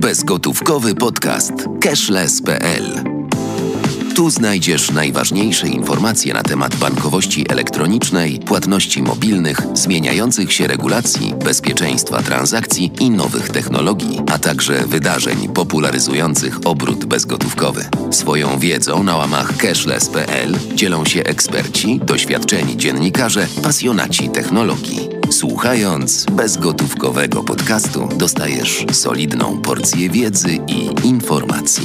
Bezgotówkowy podcast cashless.pl. Tu znajdziesz najważniejsze informacje na temat bankowości elektronicznej, płatności mobilnych, zmieniających się regulacji, bezpieczeństwa transakcji i nowych technologii, a także wydarzeń popularyzujących obrót bezgotówkowy. Swoją wiedzą na łamach cashless.pl dzielą się eksperci, doświadczeni dziennikarze, pasjonaci technologii. Słuchając bezgotówkowego podcastu dostajesz solidną porcję wiedzy i informacji.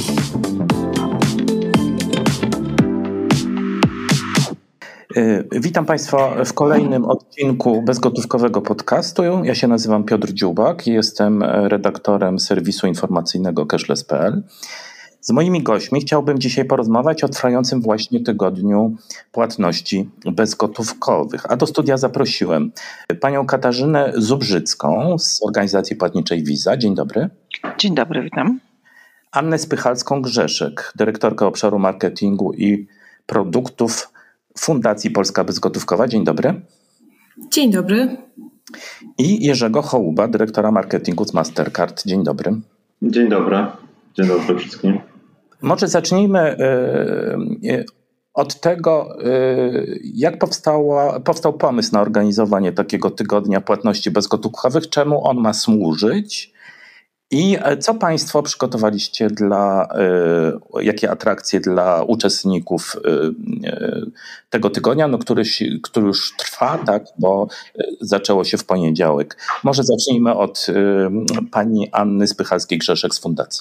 Witam Państwa w kolejnym odcinku bezgotówkowego podcastu. Ja się nazywam Piotr Dziubak i jestem redaktorem serwisu informacyjnego cashless.pl. Z moimi gośćmi chciałbym dzisiaj porozmawiać o trwającym właśnie tygodniu płatności bezgotówkowych. A do studia zaprosiłem panią Katarzynę Zubrzycką z organizacji płatniczej Visa. Dzień dobry. Dzień dobry, witam. Annę Spychalską-Grzeszek, dyrektorkę obszaru marketingu i produktów Fundacji Polska Bezgotówkowa. Dzień dobry. Dzień dobry. I Jerzego Hołuba, dyrektora marketingu z Mastercard. Dzień dobry. Dzień dobry. Dzień dobry wszystkim. Może zacznijmy od tego, jak powstał pomysł na organizowanie takiego tygodnia płatności bezgotówkowych, czemu on ma służyć i co Państwo przygotowaliście jakie atrakcje dla uczestników tego tygodnia, który już trwa, tak, bo zaczęło się w poniedziałek. Może zacznijmy od pani Anny Spychalskiej-Grzeszek z Fundacji.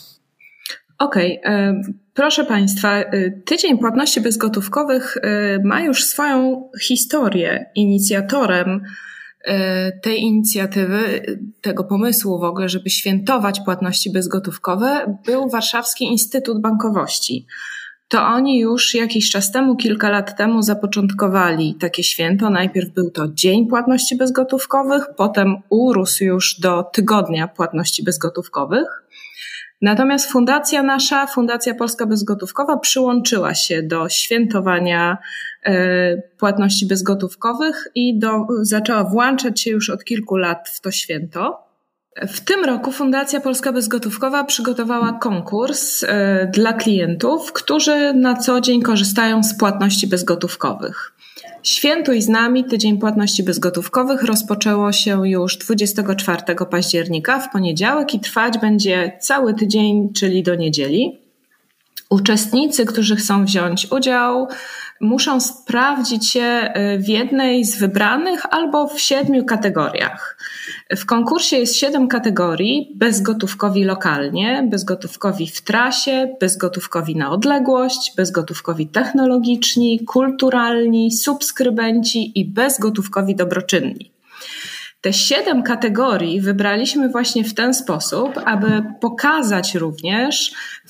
Okej. Proszę Państwa, Tydzień Płatności Bezgotówkowych ma już swoją historię. Inicjatorem tej inicjatywy, tego pomysłu w ogóle, żeby świętować płatności bezgotówkowe, był Warszawski Instytut Bankowości. To oni już jakiś czas temu, kilka lat temu zapoczątkowali takie święto. Najpierw był to Dzień Płatności Bezgotówkowych, potem urósł już do Tygodnia Płatności Bezgotówkowych. Natomiast Fundacja Polska Bezgotówkowa przyłączyła się do świętowania płatności bezgotówkowych i zaczęła włączać się już od kilku lat w to święto. W tym roku Fundacja Polska Bezgotówkowa przygotowała konkurs dla klientów, którzy na co dzień korzystają z płatności bezgotówkowych. Świętuj z nami Tydzień Płatności Bezgotówkowych rozpoczęło się już 24 października w poniedziałek i trwać będzie cały tydzień, czyli do niedzieli. Uczestnicy, którzy chcą wziąć udział, muszą sprawdzić się w jednej z wybranych albo w 7 kategoriach. W konkursie jest 7 kategorii: bezgotówkowi lokalnie, bezgotówkowi w trasie, bezgotówkowi na odległość, bezgotówkowi technologiczni, kulturalni, subskrybenci i bezgotówkowi dobroczynni. Te 7 kategorii wybraliśmy właśnie w ten sposób, aby pokazać również,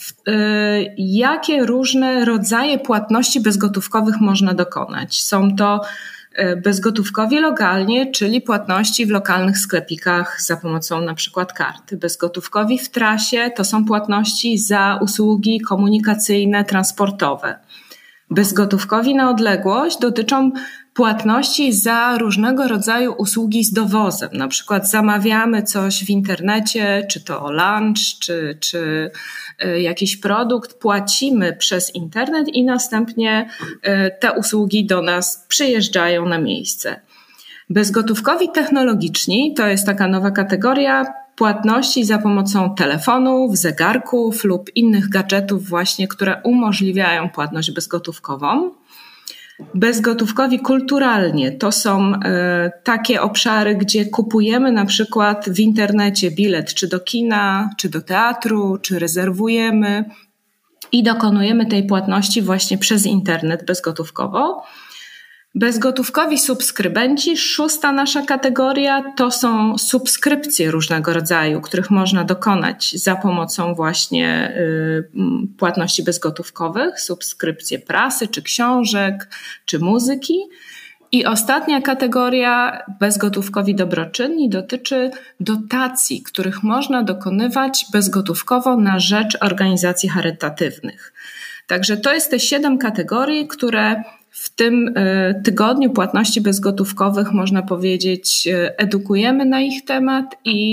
jakie różne rodzaje płatności bezgotówkowych można dokonać. Są to bezgotówkowi lokalnie, czyli płatności w lokalnych sklepikach za pomocą na przykład karty. Bezgotówkowi w trasie to są płatności za usługi komunikacyjne, transportowe. Bezgotówkowi na odległość dotyczą płatności za różnego rodzaju usługi z dowozem. Na przykład zamawiamy coś w internecie, czy to lunch, czy jakiś produkt, płacimy przez internet i następnie te usługi do nas przyjeżdżają na miejsce. Bezgotówkowi technologiczni to jest taka nowa kategoria płatności za pomocą telefonów, zegarków lub innych gadżetów właśnie, które umożliwiają płatność bezgotówkową. Bezgotówkowi kulturalnie to są takie obszary, gdzie kupujemy na przykład w internecie bilet czy do kina, czy do teatru, czy rezerwujemy i dokonujemy tej płatności właśnie przez internet bezgotówkowo. Bezgotówkowi subskrybenci, 6. nasza kategoria, to są subskrypcje różnego rodzaju, których można dokonać za pomocą właśnie płatności bezgotówkowych, subskrypcje prasy, czy książek, czy muzyki. I ostatnia kategoria, bezgotówkowi dobroczynni, dotyczy dotacji, których można dokonywać bezgotówkowo na rzecz organizacji charytatywnych. Także to jest te 7 kategorii, które w tym tygodniu płatności bezgotówkowych, można powiedzieć, edukujemy na ich temat i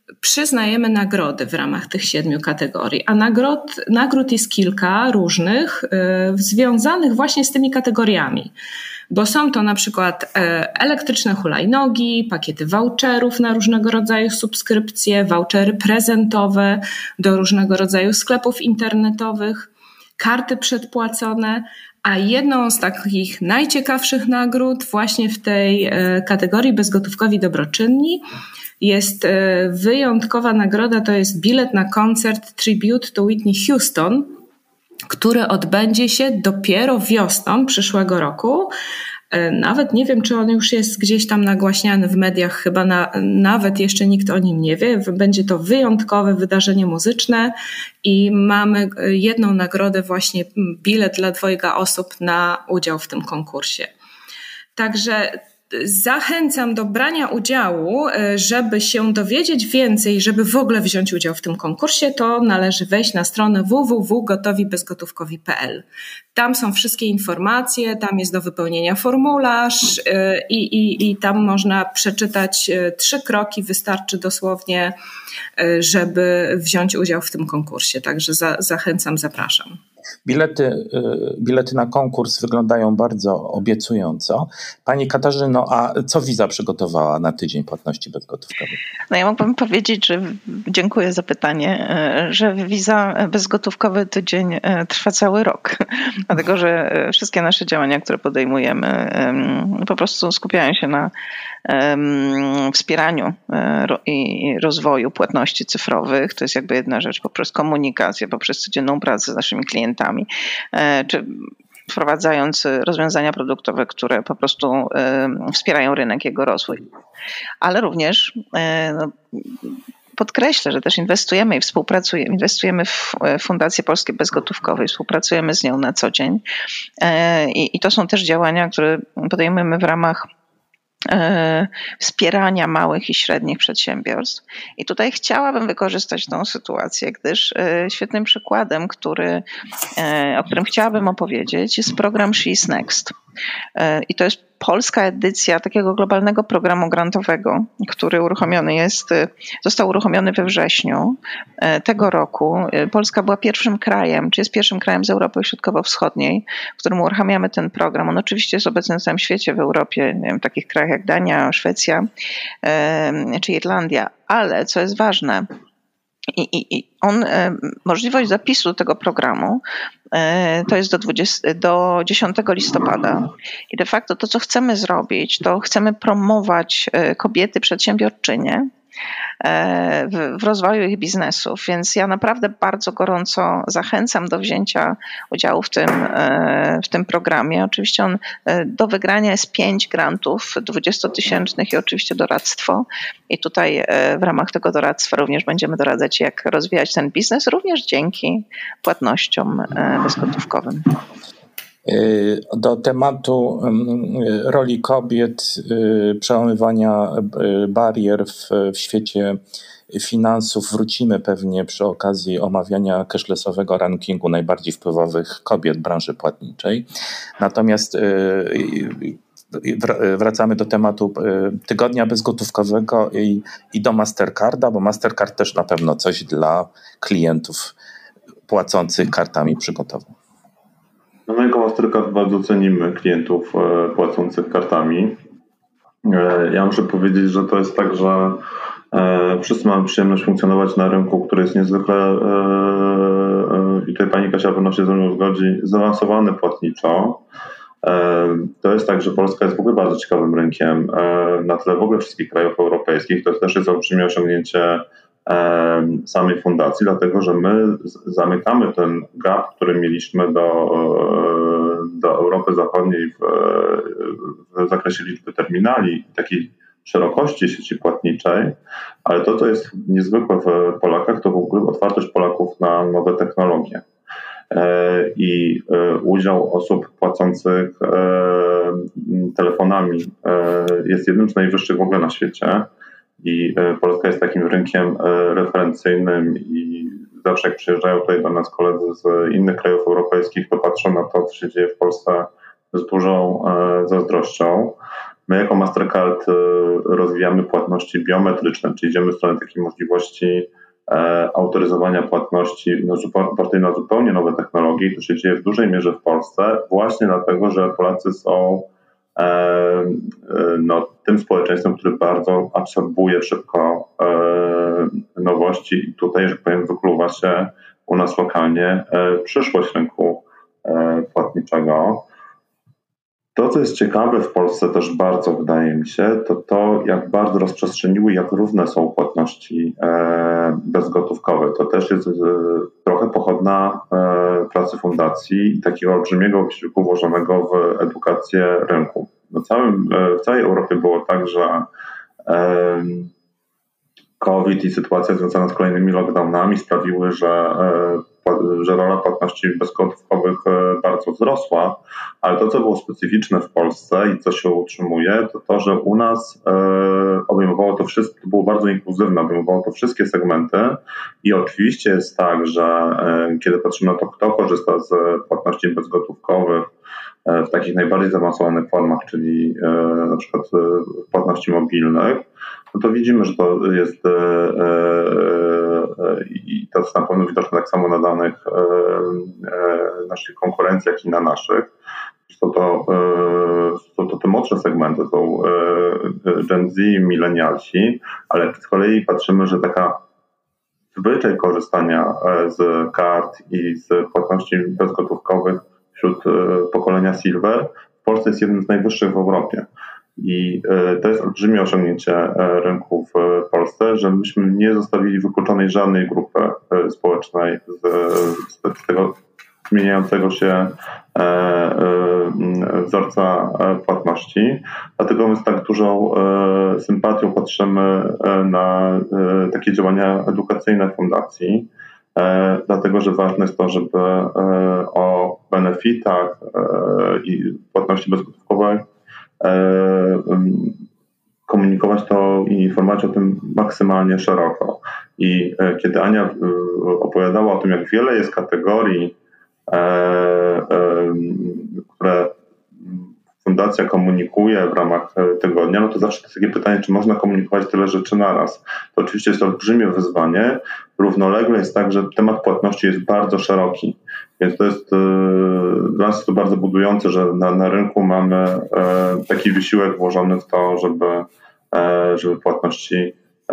przyznajemy nagrody w ramach tych 7 kategorii, a nagród jest kilka różnych, związanych właśnie z tymi kategoriami. Bo są to na przykład elektryczne hulajnogi, pakiety voucherów na różnego rodzaju subskrypcje, vouchery prezentowe do różnego rodzaju sklepów internetowych, karty przedpłacone, a jedną z takich najciekawszych nagród właśnie w tej kategorii bezgotówkowi dobroczynni jest wyjątkowa nagroda, to jest bilet na koncert Tribute to Whitney Houston, który odbędzie się dopiero wiosną przyszłego roku. Nawet nie wiem, czy on już jest gdzieś tam nagłaśniany w mediach, chyba nawet jeszcze nikt o nim nie wie. Będzie to wyjątkowe wydarzenie muzyczne i mamy jedną nagrodę, właśnie bilet dla 2 osób na udział w tym konkursie. Także zachęcam do brania udziału, żeby się dowiedzieć więcej, żeby w ogóle wziąć udział w tym konkursie, to należy wejść na stronę www.gotowibezgotówkowi.pl. Tam są wszystkie informacje, tam jest do wypełnienia formularz i tam można przeczytać 3 kroki, wystarczy dosłownie, żeby wziąć udział w tym konkursie. Także zachęcam, zapraszam. Bilety na konkurs wyglądają bardzo obiecująco. Pani Katarzyno, a co Visa przygotowała na tydzień płatności bezgotówkowych? No ja mógłbym powiedzieć, że dziękuję za pytanie, że Visa bezgotówkowy tydzień trwa cały rok. Dlatego, że wszystkie nasze działania, które podejmujemy, po prostu skupiają się na wspieraniu i rozwoju płatności cyfrowych. To jest jakby jedna rzecz, poprzez komunikację, poprzez codzienną pracę z naszymi klientami, czy wprowadzając rozwiązania produktowe, które po prostu wspierają rynek, jego rozwój. Ale również podkreślę, że też inwestujemy w Fundację Polskie Bezgotówkowej, współpracujemy z nią na co dzień i to są też działania, które podejmujemy w ramach wspierania małych i średnich przedsiębiorstw. I tutaj chciałabym wykorzystać tą sytuację, gdyż świetnym przykładem, o którym chciałabym opowiedzieć, jest program She's Next. I to jest polska edycja takiego globalnego programu grantowego, który został uruchomiony we wrześniu tego roku. Polska była pierwszym krajem, czy jest pierwszym krajem z Europy Środkowo-Wschodniej, w którym uruchamiamy ten program. On oczywiście jest obecny na całym świecie, w Europie, nie wiem, w takich krajach jak Dania, Szwecja czy Irlandia, ale co jest ważne, możliwość zapisu tego programu to jest do 10 listopada. I de facto to, co chcemy zrobić, to chcemy promować kobiety przedsiębiorczynie w rozwoju ich biznesów, więc ja naprawdę bardzo gorąco zachęcam do wzięcia udziału w tym programie. Oczywiście do wygrania jest 5 grantów 20-tysięcznych i oczywiście doradztwo. I tutaj w ramach tego doradztwa również będziemy doradzać, jak rozwijać ten biznes, również dzięki płatnościom bezgotówkowym. Do tematu roli kobiet, przełamywania barier w świecie finansów wrócimy pewnie przy okazji omawiania cashlessowego rankingu najbardziej wpływowych kobiet branży płatniczej. Natomiast wracamy do tematu tygodnia bezgotówkowego i do Mastercarda, bo Mastercard też na pewno coś dla klientów płacących kartami przygotował. No my jako Mastercard bardzo cenimy klientów płacących kartami. Ja muszę powiedzieć, że to jest tak, że wszyscy mamy przyjemność funkcjonować na rynku, który jest niezwykle, i tutaj pani Kasia pewno się ze mną zgodzi, zaawansowany płatniczo. To jest tak, że Polska jest w ogóle bardzo ciekawym rynkiem na tle w ogóle wszystkich krajów europejskich. To też jest olbrzymie osiągnięcie samej fundacji, dlatego że my zamykamy ten gap, który mieliśmy do Europy Zachodniej w zakresie liczby terminali, takiej szerokości sieci płatniczej, ale to, co jest niezwykłe w Polakach, to w ogóle otwartość Polaków na nowe technologie. I udział osób płacących telefonami jest jednym z najwyższych w ogóle na świecie. I Polska jest takim rynkiem referencyjnym i zawsze jak przyjeżdżają tutaj do nas koledzy z innych krajów europejskich, to patrzą na to, co się dzieje w Polsce z dużą zazdrością. My jako Mastercard rozwijamy płatności biometryczne, czyli idziemy w stronę takiej możliwości autoryzowania płatności opartej na zupełnie nowe technologie. To się dzieje w dużej mierze w Polsce właśnie dlatego, że Polacy są tym społeczeństwem, który bardzo absorbuje szybko nowości i tutaj, że powiem, wykluwa się u nas lokalnie przyszłość rynku płatniczego. To, co jest ciekawe w Polsce też bardzo, wydaje mi się, to jak bardzo rozprzestrzeniły, jak równe są płatności bezgotówkowe. To też jest trochę pochodna pracy fundacji i takiego olbrzymiego wysiłku włożonego w edukację rynku. W całej Europie było tak, że COVID i sytuacja związana z kolejnymi lockdownami sprawiły, że rola płatności bezgotówkowych bardzo wzrosła, ale to, co było specyficzne w Polsce i co się utrzymuje, to, że u nas obejmowało to wszystko, to było bardzo inkluzywne, obejmowało to wszystkie segmenty i oczywiście jest tak, że kiedy patrzymy na to, kto korzysta z płatności bezgotówkowych w takich najbardziej zaawansowanych formach, czyli na przykład płatności mobilnych, no to widzimy, że to jest i to jest na pewno widoczne tak samo na danych naszych konkurencji, jak i na naszych. Są to te młodsze segmenty, są Gen Z, milenialsi, ale z kolei patrzymy, że taka zwyczaj korzystania z kart i z płatności bezgotówkowych wśród pokolenia Silver w Polsce jest jednym z najwyższych w Europie. I to jest olbrzymie osiągnięcie rynku w Polsce, że myśmy nie zostawili wykluczonej żadnej grupy społecznej z tego zmieniającego się wzorca płatności. Dlatego my z tak dużą sympatią patrzymy na takie działania edukacyjne fundacji, dlatego że ważne jest to, żeby o benefitach i płatności bezgotówkowej komunikować to i informować o tym maksymalnie szeroko. I kiedy Ania opowiadała o tym, jak wiele jest kategorii, które fundacja komunikuje w ramach tygodnia, no to zawsze to jest takie pytanie, czy można komunikować tyle rzeczy naraz. To oczywiście jest olbrzymie wyzwanie. Równolegle jest tak, że temat płatności jest bardzo szeroki. Więc to jest dla nas to bardzo budujące, że na rynku mamy taki wysiłek włożony w to, żeby płatności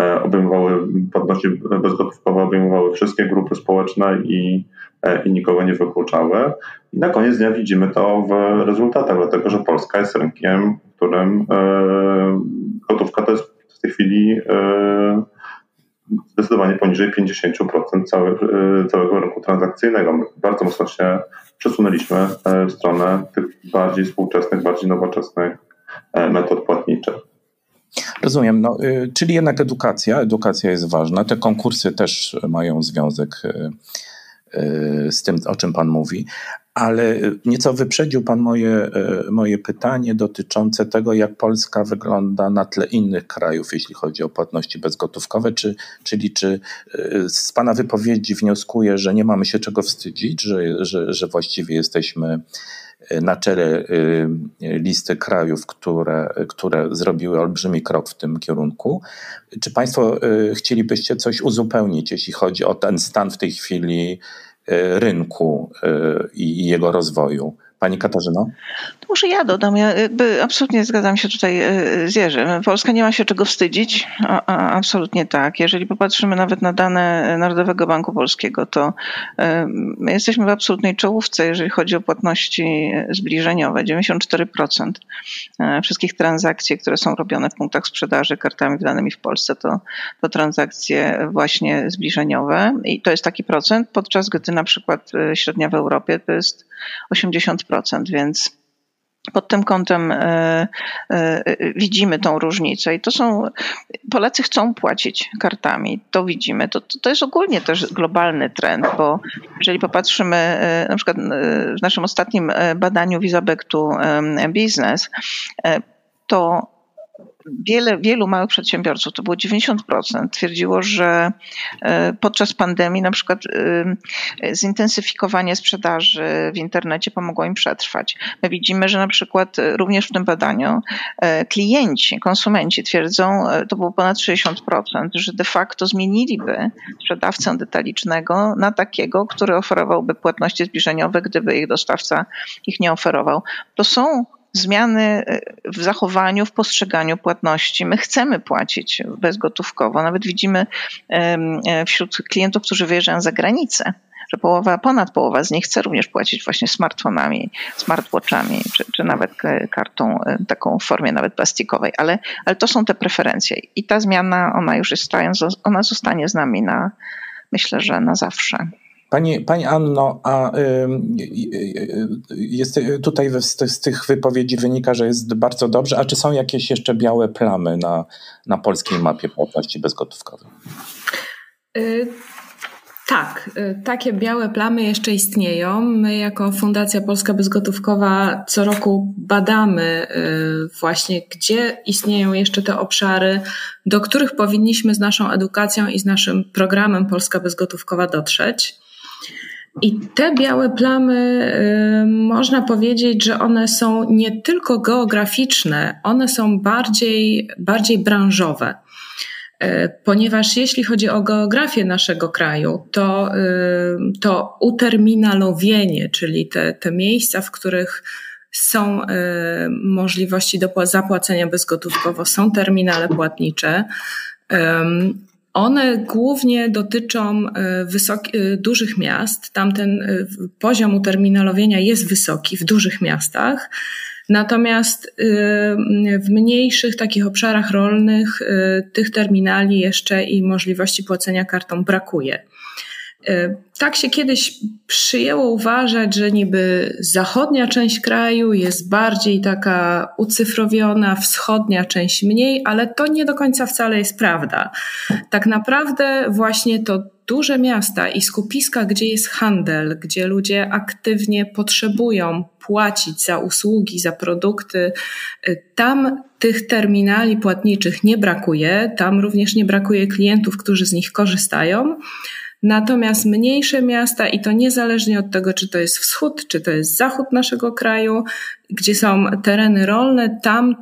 bezgotówkowe obejmowały wszystkie grupy społeczne i nikogo nie wykluczały. I na koniec dnia widzimy to w rezultatach, dlatego że Polska jest rynkiem, w którym gotówka to jest w tej chwili zdecydowanie poniżej 50% całego rynku transakcyjnego. My bardzo mocno się przesunęliśmy w stronę tych bardziej współczesnych, bardziej nowoczesnych metod płatniczych. Rozumiem, no, czyli jednak edukacja jest ważna. Te konkursy też mają związek z tym, o czym Pan mówi, ale nieco wyprzedził Pan moje pytanie dotyczące tego, jak Polska wygląda na tle innych krajów, jeśli chodzi o płatności bezgotówkowe, czyli czy z Pana wypowiedzi wnioskuję, że nie mamy się czego wstydzić, że właściwie jesteśmy na czele listy krajów, które zrobiły olbrzymi krok w tym kierunku. Czy Państwo chcielibyście coś uzupełnić, jeśli chodzi o ten stan w tej chwili rynku i jego rozwoju? Pani Katarzyno? To może ja dodam. Ja absolutnie zgadzam się tutaj z Jerzym. Polska nie ma się czego wstydzić. Absolutnie tak. Jeżeli popatrzymy nawet na dane Narodowego Banku Polskiego, to my jesteśmy w absolutnej czołówce, jeżeli chodzi o płatności zbliżeniowe. 94% wszystkich transakcji, które są robione w punktach sprzedaży kartami wydanymi w Polsce, to transakcje właśnie zbliżeniowe. I to jest taki procent, podczas gdy na przykład średnia w Europie to jest 80%, więc pod tym kątem widzimy tą różnicę i Polacy chcą płacić kartami, to widzimy. To jest ogólnie też globalny trend, bo jeżeli popatrzymy na przykład w naszym ostatnim badaniu Visa Back to Business, to wielu małych przedsiębiorców, to było 90%, twierdziło, że podczas pandemii na przykład zintensyfikowanie sprzedaży w internecie pomogło im przetrwać. My widzimy, że na przykład również w tym badaniu klienci, konsumenci twierdzą, to było ponad 60%, że de facto zmieniliby sprzedawcę detalicznego na takiego, który oferowałby płatności zbliżeniowe, gdyby ich dostawca ich nie oferował. To są zmiany w zachowaniu, w postrzeganiu płatności. My chcemy płacić bezgotówkowo. Nawet widzimy wśród klientów, którzy wyjeżdżają za granicę, że ponad połowa z nich chce również płacić właśnie smartfonami, smartwatchami, czy nawet kartą taką w formie nawet plastikowej. Ale to są te preferencje i ta zmiana, ona już jest ona zostanie z nami myślę, że na zawsze. Pani Anno, a jest tutaj z tych wypowiedzi wynika, że jest bardzo dobrze, a czy są jakieś jeszcze białe plamy na polskiej mapie płatności bezgotówkowej? Tak, takie białe plamy jeszcze istnieją. My jako Fundacja Polska Bezgotówkowa co roku badamy właśnie, gdzie istnieją jeszcze te obszary, do których powinniśmy z naszą edukacją i z naszym programem Polska Bezgotówkowa dotrzeć. I te białe plamy, można powiedzieć, że one są nie tylko geograficzne, one są bardziej branżowe. Ponieważ jeśli chodzi o geografię naszego kraju, to uterminalowienie, czyli te miejsca, w których są możliwości do zapłacenia bezgotówkowo, są terminale płatnicze. One głównie dotyczą dużych miast. Tam ten poziom uterminalowienia jest wysoki w dużych miastach. Natomiast w mniejszych takich obszarach rolnych tych terminali jeszcze i możliwości płacenia kartą brakuje. Tak się kiedyś przyjęło uważać, że niby zachodnia część kraju jest bardziej taka ucyfrowiona, wschodnia część mniej, ale to nie do końca wcale jest prawda. Tak naprawdę właśnie to duże miasta i skupiska, gdzie jest handel, gdzie ludzie aktywnie potrzebują płacić za usługi, za produkty, tam tych terminali płatniczych nie brakuje, tam również nie brakuje klientów, którzy z nich korzystają. Natomiast mniejsze miasta, i to niezależnie od tego, czy to jest wschód, czy to jest zachód naszego kraju, gdzie są tereny rolne, tam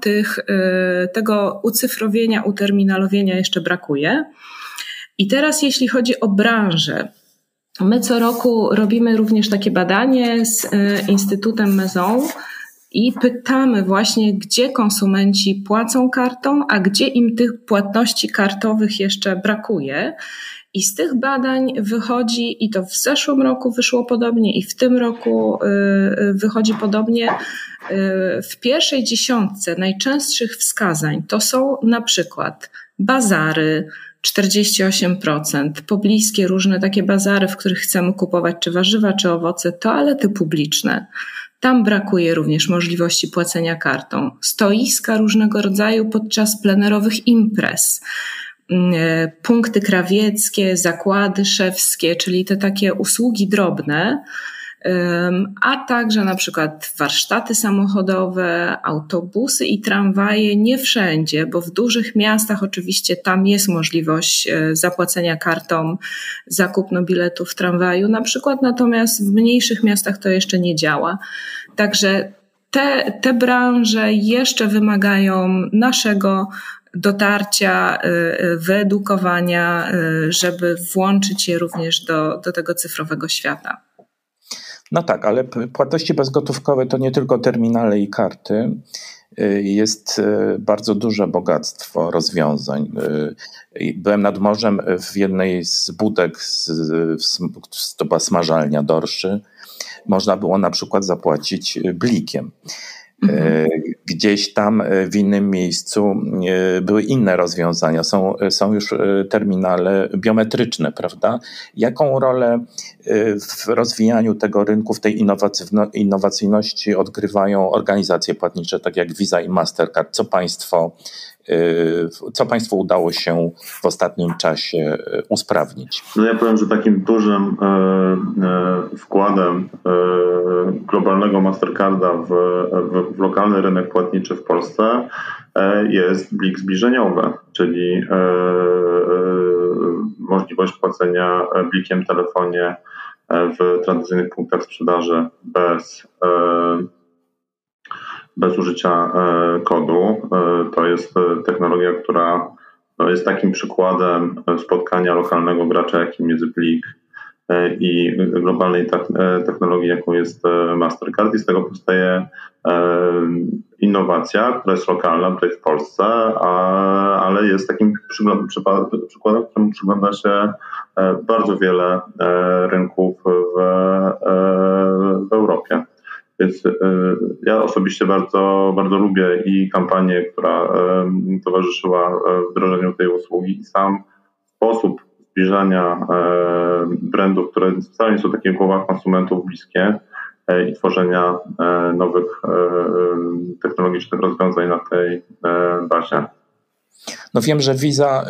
tego ucyfrowienia, uterminalowienia jeszcze brakuje. I teraz jeśli chodzi o branżę, my co roku robimy również takie badanie z Instytutem Maison i pytamy właśnie, gdzie konsumenci płacą kartą, a gdzie im tych płatności kartowych jeszcze brakuje. I z tych badań wychodzi, i to w zeszłym roku wyszło podobnie, i w tym roku wychodzi podobnie, w pierwszej dziesiątce najczęstszych wskazań to są na przykład bazary, 48%, pobliskie różne takie bazary, w których chcemy kupować czy warzywa, czy owoce, toalety publiczne. Tam brakuje również możliwości płacenia kartą. Stoiska różnego rodzaju podczas plenerowych imprez. Punkty krawieckie, zakłady szewskie, czyli te takie usługi drobne, a także na przykład warsztaty samochodowe, autobusy i tramwaje, nie wszędzie, bo w dużych miastach oczywiście tam jest możliwość zapłacenia kartą za kupno biletu w tramwaju na przykład, natomiast w mniejszych miastach to jeszcze nie działa. Także te branże jeszcze wymagają naszego dotarcia, wyedukowania, żeby włączyć je również do tego cyfrowego świata. No tak, ale płatności bezgotówkowe to nie tylko terminale i karty. Jest bardzo duże bogactwo rozwiązań. Byłem nad morzem w jednej z budek, to była smażalnia dorszy. Można było na przykład zapłacić blikiem. Gdzieś tam w innym miejscu były inne rozwiązania. Są już terminale biometryczne, prawda? Jaką rolę w rozwijaniu tego rynku, w tej innowacyjności odgrywają organizacje płatnicze, tak jak Visa i Mastercard? Co państwo Co Państwu udało się w ostatnim czasie usprawnić? No ja powiem, że takim dużym wkładem globalnego Mastercarda w lokalny rynek płatniczy w Polsce jest blik zbliżeniowy, czyli możliwość płacenia blikiem telefonie w tradycyjnych punktach sprzedaży bez użycia kodu. To jest technologia, która jest takim przykładem spotkania lokalnego gracza, jakim jest Blik, i globalnej technologii, jaką jest Mastercard, i z tego powstaje innowacja, która jest lokalna tutaj w Polsce, ale jest takim przykładem, któremu przygląda się bardzo wiele rynków w Europie. Więc ja osobiście bardzo, bardzo lubię i kampanię, która towarzyszyła wdrożeniu tej usługi, i sam sposób zbliżania brandów, które wcale nie są takie w głowach konsumentów bliskie, i tworzenia nowych technologicznych rozwiązań na tej bazie. No wiem, że Visa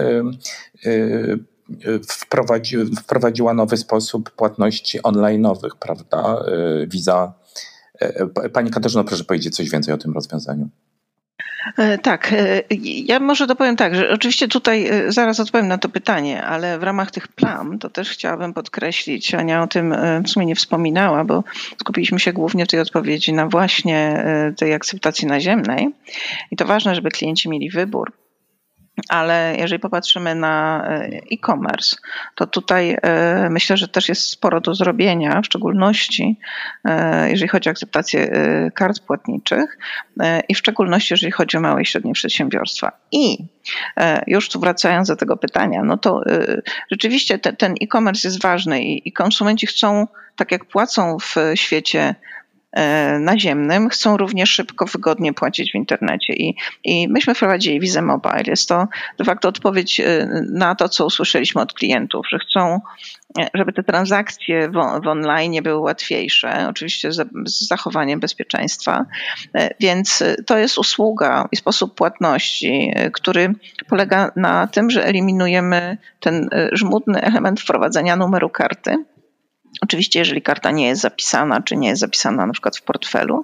wprowadziła nowy sposób płatności online'owych, prawda? Visa. Pani Katarzyno, proszę powiedzieć coś więcej o tym rozwiązaniu. Tak, ja może dopowiem tak, że oczywiście tutaj zaraz odpowiem na to pytanie, ale w ramach tych plam to też chciałabym podkreślić, Ania o tym w sumie nie wspominała, bo skupiliśmy się głównie w tej odpowiedzi na właśnie tej akceptacji naziemnej i to ważne, żeby klienci mieli wybór. Ale jeżeli popatrzymy na e-commerce, to tutaj myślę, że też jest sporo do zrobienia, w szczególności jeżeli chodzi o akceptację kart płatniczych i w szczególności jeżeli chodzi o małe i średnie przedsiębiorstwa. I już tu wracając do tego pytania, no to rzeczywiście ten e-commerce jest ważny i konsumenci chcą, tak jak płacą w świecie naziemnym, chcą również szybko, wygodnie płacić w internecie i myśmy wprowadzili Visa Mobile. Jest to de facto odpowiedź na to, co usłyszeliśmy od klientów, że chcą, żeby te transakcje w online były łatwiejsze, oczywiście z zachowaniem bezpieczeństwa, więc to jest usługa i sposób płatności, który polega na tym, że eliminujemy ten żmudny element wprowadzenia numeru karty. Oczywiście, jeżeli karta nie jest zapisana, czy nie jest zapisana na przykład w portfelu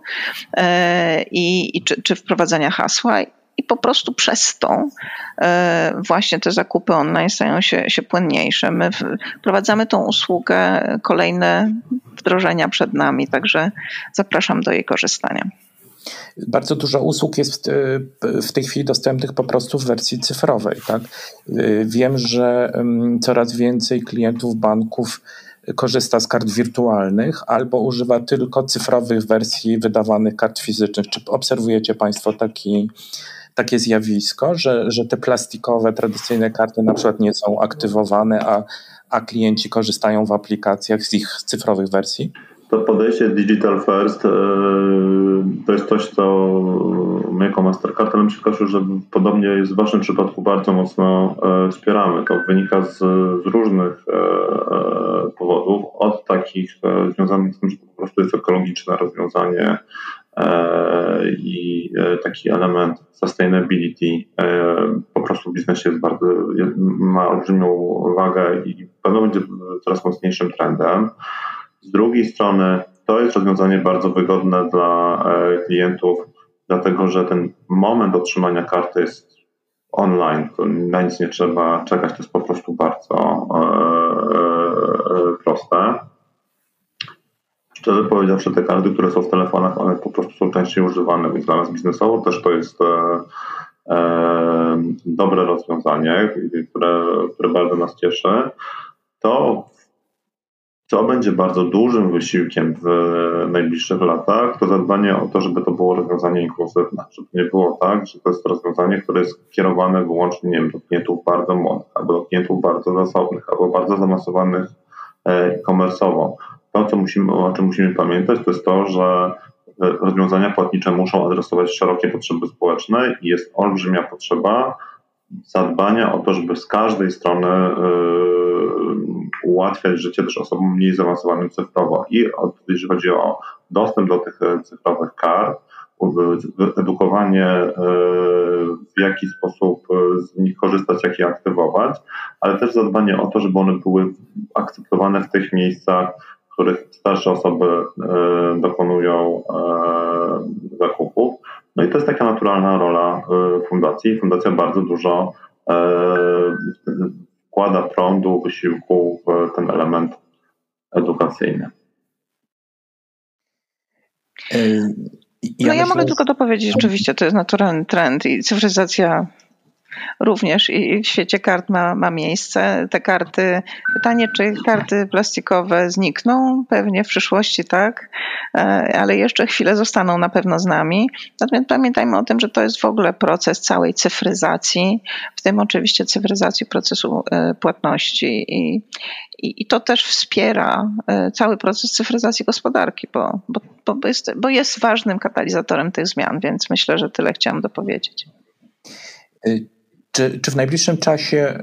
czy wprowadzania hasła i po prostu przez to właśnie te zakupy online stają się płynniejsze. My wprowadzamy tą usługę, kolejne wdrożenia przed nami, także zapraszam do jej korzystania. Bardzo dużo usług jest w tej chwili dostępnych po prostu w wersji cyfrowej. Tak? Wiem, że coraz więcej klientów banków korzysta z kart wirtualnych albo używa tylko cyfrowych wersji wydawanych kart fizycznych. Czy obserwujecie Państwo takie zjawisko, że te plastikowe, tradycyjne karty na przykład nie są aktywowane, a klienci korzystają w aplikacjach z ich cyfrowych wersji? To podejście Digital First to jest coś, co my jako Mastercard, ale myślę, że podobnie jest w Waszym przypadku, bardzo mocno wspieramy. To wynika z różnych powodów, od takich związanych z tym, że po prostu jest ekologiczne rozwiązanie i taki element sustainability po prostu w biznesie ma olbrzymią wagę i pewno będzie coraz mocniejszym trendem. Z drugiej strony to jest rozwiązanie bardzo wygodne dla klientów, dlatego że ten moment otrzymania karty jest online, to na nic nie trzeba czekać, to jest po prostu bardzo proste. Szczerze powiedziawszy, te karty, które są w telefonach, one po prostu są częściej używane, więc dla nas biznesowo też to jest dobre rozwiązanie, które bardzo nas cieszy. To, co będzie bardzo dużym wysiłkiem w najbliższych latach, to zadbanie o to, żeby to było rozwiązanie inkluzywne. Żeby nie było tak, że to jest rozwiązanie, które jest kierowane wyłącznie, nie wiem, do klientów bardzo młodych, albo do klientów bardzo zasobnych, albo bardzo zaawansowanych e-commerce'owo. To, o czym musimy pamiętać, to jest to, że rozwiązania płatnicze muszą adresować szerokie potrzeby społeczne i jest olbrzymia potrzeba zadbania o to, żeby z każdej strony ułatwiać życie też osobom mniej zaawansowanym cyfrowo. I jeżeli chodzi o dostęp do tych cyfrowych kart, edukowanie, w jaki sposób z nich korzystać, jak je aktywować, ale też zadbanie o to, żeby one były akceptowane w tych miejscach, w których starsze osoby dokonują zakupów. No i to jest taka naturalna rola fundacji. Fundacja bardzo dużo wkłada prądu, wysiłku w ten element edukacyjny. Ja mogę tylko dopowiedzieć, rzeczywiście to jest naturalny trend i cyfryzacja również i w świecie kart ma miejsce. Te karty, pytanie, czy karty plastikowe znikną? Pewnie w przyszłości tak, ale jeszcze chwilę zostaną na pewno z nami. Natomiast pamiętajmy o tym, że to jest w ogóle proces całej cyfryzacji, w tym oczywiście cyfryzacji procesu płatności i to też wspiera cały proces cyfryzacji gospodarki, bo jest ważnym katalizatorem tych zmian, więc myślę, że tyle chciałam dopowiedzieć. Czy w najbliższym czasie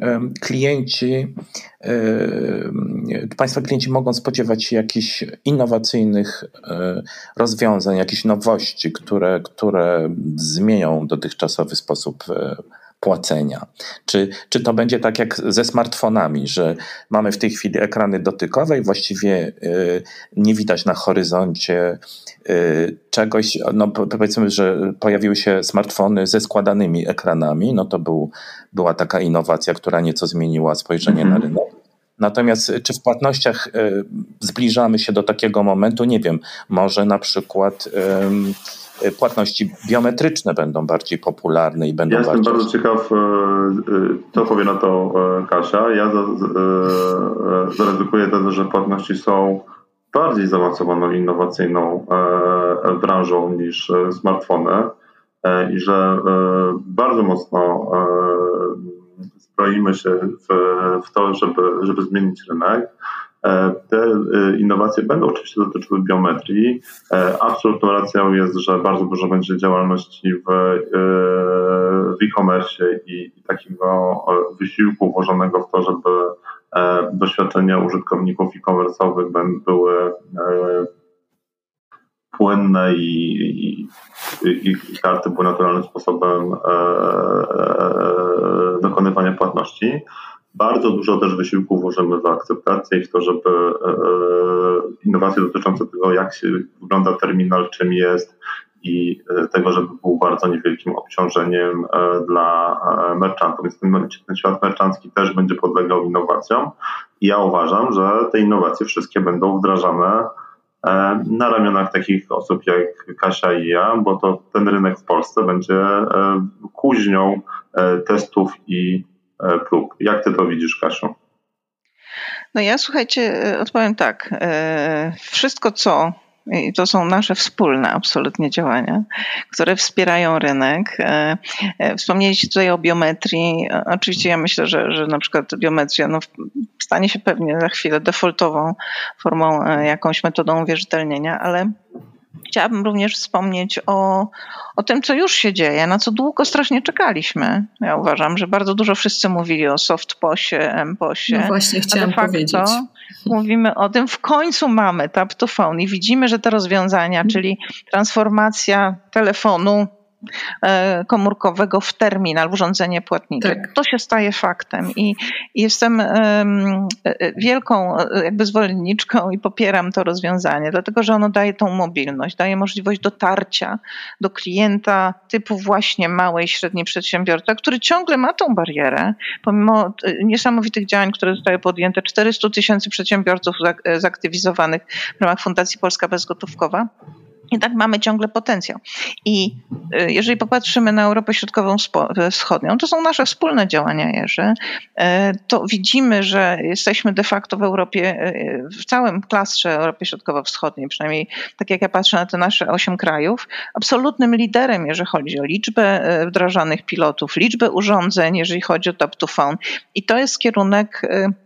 Państwa klienci mogą spodziewać się jakichś innowacyjnych rozwiązań, jakichś nowości, które zmienią dotychczasowy sposób płacenia? Czy to będzie tak jak ze smartfonami, że mamy w tej chwili ekrany dotykowe i właściwie nie widać na horyzoncie czegoś, no powiedzmy, że pojawiły się smartfony ze składanymi ekranami, no to była taka innowacja, która nieco zmieniła spojrzenie na rynek. Natomiast czy w płatnościach zbliżamy się do takiego momentu, nie wiem, może na przykład płatności biometryczne będą bardziej popularne i będą bardziej... Jestem bardzo ciekaw, co powie na to Kasia. Ja zaryzykuję tezę, że płatności są bardziej zaawansowaną, innowacyjną branżą niż smartfony i że bardzo mocno zbroimy się w to, żeby zmienić rynek. Te innowacje będą oczywiście dotyczyły biometrii. Absolutną racją jest, że bardzo dużo będzie działalności w e-commerce i takiego wysiłku włożonego w to, żeby doświadczenia użytkowników e-commerce'owych były płynne i karty były naturalnym sposobem dokonywania płatności. Bardzo dużo też wysiłku włożymy w akceptację i w to, żeby innowacje dotyczące tego, jak się wygląda terminal, czym jest i tego, żeby był bardzo niewielkim obciążeniem dla merchantów. Więc ten świat merchancki też będzie podlegał innowacjom i ja uważam, że te innowacje wszystkie będą wdrażane na ramionach takich osób jak Kasia i ja, bo to ten rynek w Polsce będzie kuźnią testów i prób. Jak ty to widzisz, Kasiu? No ja, słuchajcie, odpowiem tak. Wszystko i to są nasze wspólne absolutnie działania, które wspierają rynek. Wspomnieliście tutaj o biometrii. Oczywiście ja myślę, że na przykład biometria stanie się pewnie za chwilę defaultową formą, jakąś metodą uwierzytelnienia, ale chciałabym również wspomnieć o tym, co już się dzieje, na co długo strasznie czekaliśmy. Ja uważam, że bardzo dużo wszyscy mówili o softposie, mposie. No właśnie, chciałam powiedzieć. Mówimy o tym, w końcu mamy tap to phone i widzimy, że te rozwiązania, czyli transformacja telefonu komórkowego w terminal, w urządzenie płatnicze. Tak. To się staje faktem i jestem wielką jakby zwolenniczką i popieram to rozwiązanie, dlatego że ono daje tą mobilność, daje możliwość dotarcia do klienta typu właśnie małej i średniej przedsiębiorca, który ciągle ma tą barierę, pomimo niesamowitych działań, które zostały podjęte, 400 000 przedsiębiorców zaktywizowanych w ramach Fundacji Polska Bezgotówkowa. I tak mamy ciągle potencjał. I jeżeli popatrzymy na Europę Środkowo-Wschodnią, to są nasze wspólne działania, Jerzy, to widzimy, że jesteśmy de facto w Europie, w całym klastrze Europy Środkowo-Wschodniej, przynajmniej tak jak ja patrzę na te nasze 8 krajów, absolutnym liderem, jeżeli chodzi o liczbę wdrażanych pilotów, liczbę urządzeń, jeżeli chodzi o tap to phone. I to jest kierunek,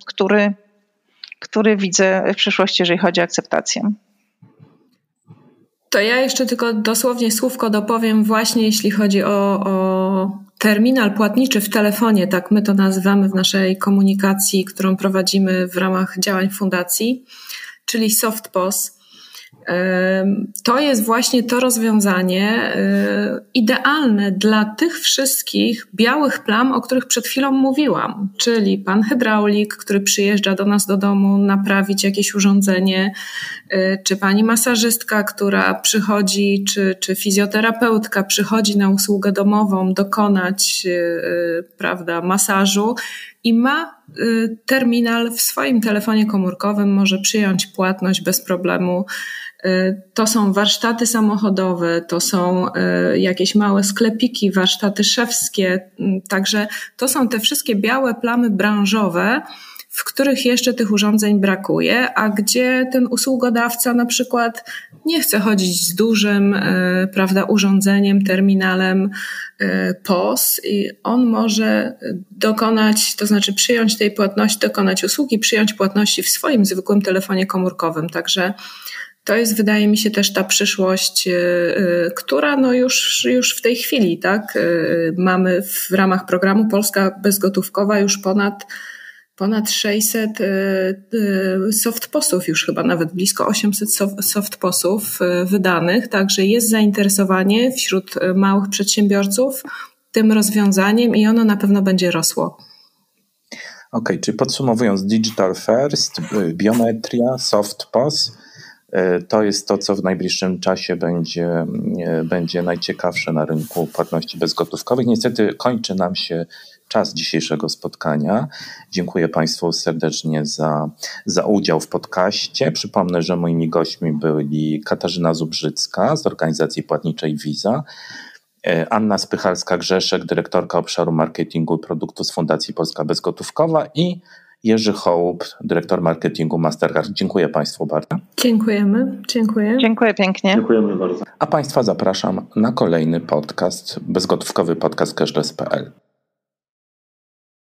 który widzę w przyszłości, jeżeli chodzi o akceptację. To ja jeszcze tylko dosłownie słówko dopowiem właśnie, jeśli chodzi o terminal płatniczy w telefonie, tak my to nazywamy w naszej komunikacji, którą prowadzimy w ramach działań fundacji, czyli SoftPOS. To jest właśnie to rozwiązanie idealne dla tych wszystkich białych plam, o których przed chwilą mówiłam, czyli pan hydraulik, który przyjeżdża do nas do domu naprawić jakieś urządzenie, czy pani masażystka, która przychodzi, czy fizjoterapeutka przychodzi na usługę domową dokonać, prawda, masażu i ma terminal w swoim telefonie komórkowym, może przyjąć płatność bez problemu. To są warsztaty samochodowe, to są jakieś małe sklepiki, warsztaty szewskie, także to są te wszystkie białe plamy branżowe, w których jeszcze tych urządzeń brakuje, a gdzie ten usługodawca na przykład nie chce chodzić z dużym, prawda, urządzeniem, terminalem POS i on może dokonać, to znaczy przyjąć tej płatności, dokonać usługi, przyjąć płatności w swoim zwykłym telefonie komórkowym. Także to jest, wydaje mi się, też ta przyszłość, która no już w tej chwili, tak, mamy w ramach programu Polska Bezgotówkowa już ponad 600 softposów, już chyba nawet blisko 800 softposów wydanych, także jest zainteresowanie wśród małych przedsiębiorców tym rozwiązaniem i ono na pewno będzie rosło. Okej, czyli podsumowując, Digital First, biometria, softpos, to jest to, co w najbliższym czasie będzie najciekawsze na rynku płatności bezgotówkowych. Niestety kończy nam się czas dzisiejszego spotkania. Dziękuję Państwu serdecznie za udział w podcaście. Przypomnę, że moimi gośćmi byli Katarzyna Zubrzycka z organizacji płatniczej Visa, Anna Spychalska-Grzeszek, dyrektorka obszaru marketingu i produktu z Fundacji Polska Bezgotówkowa i Jerzy Hołb, dyrektor marketingu Mastercard. Dziękuję Państwu bardzo. Dziękujemy. Dziękuję pięknie. Dziękujemy bardzo. A Państwa zapraszam na kolejny podcast, bezgotówkowy podcast cashless.pl.